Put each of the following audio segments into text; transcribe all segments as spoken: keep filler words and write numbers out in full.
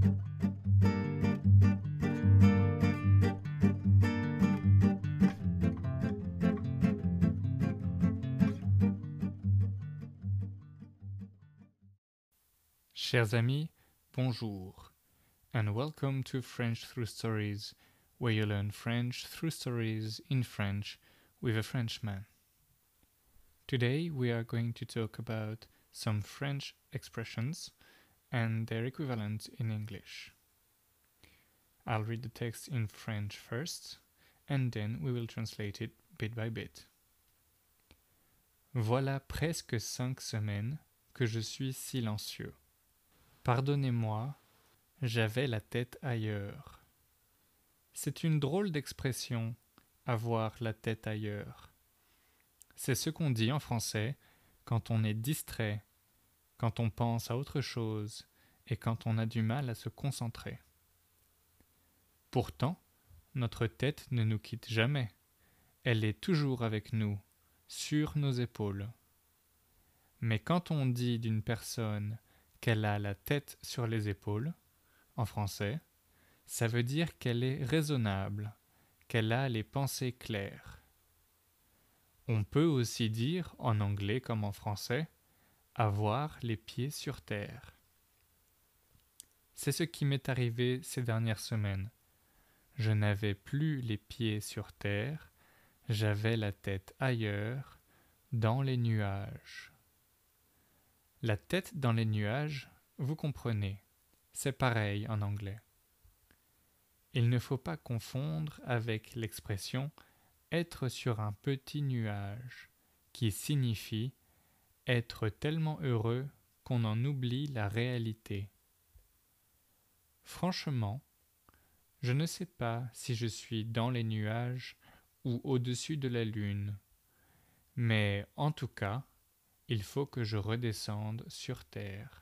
Chers amis, bonjour, and welcome to French Through Stories, where you learn French through stories in French with a Frenchman. Today we are going to talk about some French expressions and their equivalent in English. I'll read the text in French first, and then we will translate it bit by bit. Voilà presque cinq semaines que je suis silencieux. Pardonnez-moi, j'avais la tête ailleurs. C'est une drôle d'expression, avoir la tête ailleurs. C'est ce qu'on dit en français quand on est distrait, quand on pense à autre chose et quand on a du mal à se concentrer. Pourtant, notre tête ne nous quitte jamais. Elle est toujours avec nous, sur nos épaules. Mais quand on dit d'une personne qu'elle a la tête sur les épaules, en français, ça veut dire qu'elle est raisonnable, qu'elle a les pensées claires. On peut aussi dire, en anglais comme en français, avoir les pieds sur terre. C'est ce qui m'est arrivé ces dernières semaines. Je n'avais plus les pieds sur terre, j'avais la tête ailleurs, dans les nuages. La tête dans les nuages, vous comprenez, c'est pareil en anglais. Il ne faut pas confondre avec l'expression « être sur un petit nuage » qui signifie être tellement heureux qu'on en oublie la réalité. Franchement, je ne sais pas si je suis dans les nuages ou au-dessus de la lune, mais en tout cas, il faut que je redescende sur terre.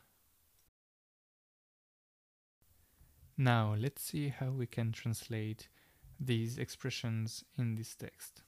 Now, let's see how we can translate these expressions in this text.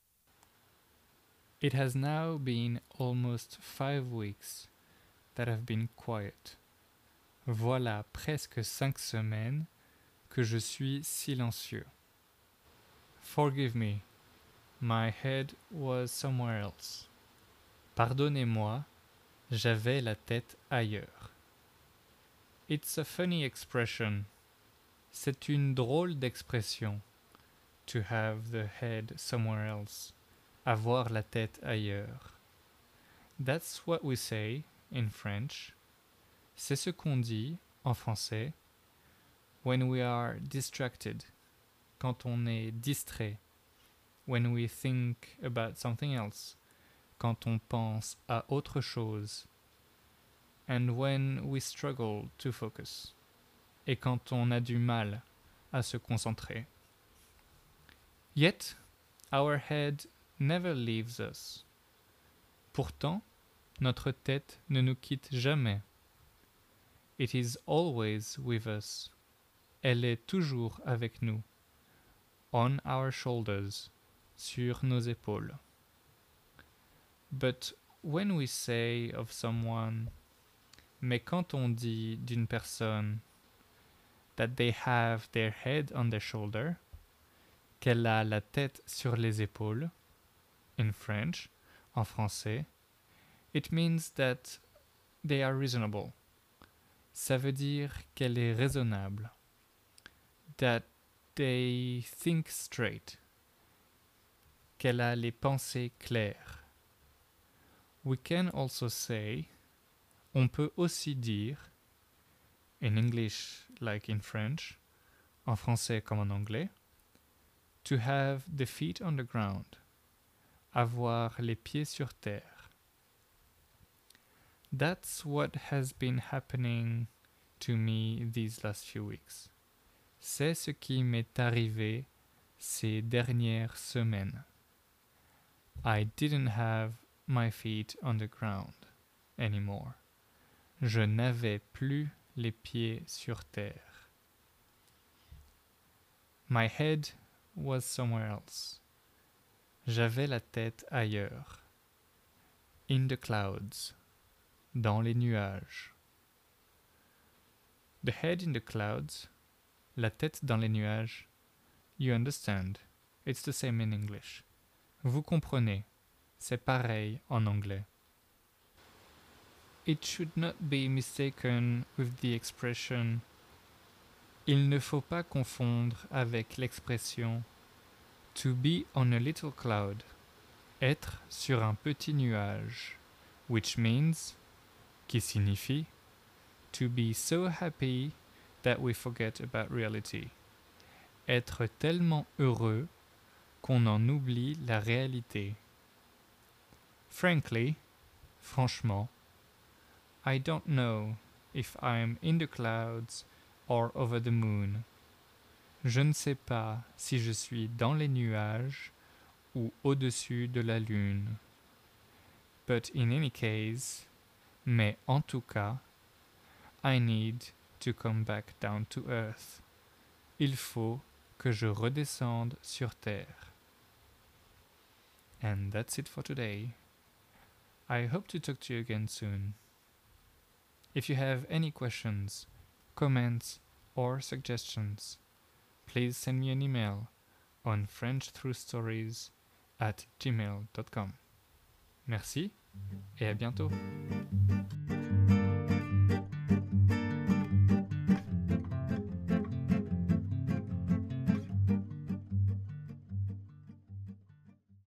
It has now been almost five weeks that I've been quiet. Voilà presque cinq semaines que je suis silencieux. Forgive me, my head was somewhere else. Pardonnez-moi, j'avais la tête ailleurs. It's a funny expression. C'est une drôle d'expression. To have the head somewhere else. Avoir la tête ailleurs. That's what we say in French. C'est ce qu'on dit en français when we are distracted. Quand on est distrait. When we think about something else. Quand on pense à autre chose. And when we struggle to focus. Et quand on a du mal à se concentrer. Yet, our head never leaves us. Pourtant, notre tête ne nous quitte jamais. It is always with us. Elle est toujours avec nous. On our shoulders. Sur nos épaules. But when we say of someone, mais quand on dit d'une personne that they have their head on their shoulder, qu'elle a la tête sur les épaules, in French, en français, it means that they are reasonable. Ça veut dire qu'elle est raisonnable. That they think straight. Qu'elle a les pensées claires. We can also say, on peut aussi dire, in English like in French, en français comme en anglais, to have the feet on the ground, avoir les pieds sur terre. That's what has been happening to me these last few weeks. C'est ce qui m'est arrivé ces dernières semaines. I didn't have my feet on the ground anymore. Je n'avais plus les pieds sur terre. My head was somewhere else. J'avais la tête ailleurs. In the clouds. Dans les nuages. The head in the clouds, la tête dans les nuages. You understand. It's the same in English. Vous comprenez. C'est pareil en anglais. It should not be mistaken with the expression. Il ne faut pas confondre avec l'expression to be on a little cloud, être sur un petit nuage, which means, qui signifie, to be so happy that we forget about reality. Être tellement heureux qu'on en oublie la réalité. Frankly, franchement, I don't know if I'm in the clouds or over the moon. Je ne sais pas si je suis dans les nuages ou au-dessus de la lune. But in any case, mais en tout cas, I need to come back down to earth. Il faut que je redescende sur terre. And that's it for today. I hope to talk to you again soon. If you have any questions, comments, or suggestions, please send me an email on frenchthroughstories at gmail dot com. Merci et à bientôt.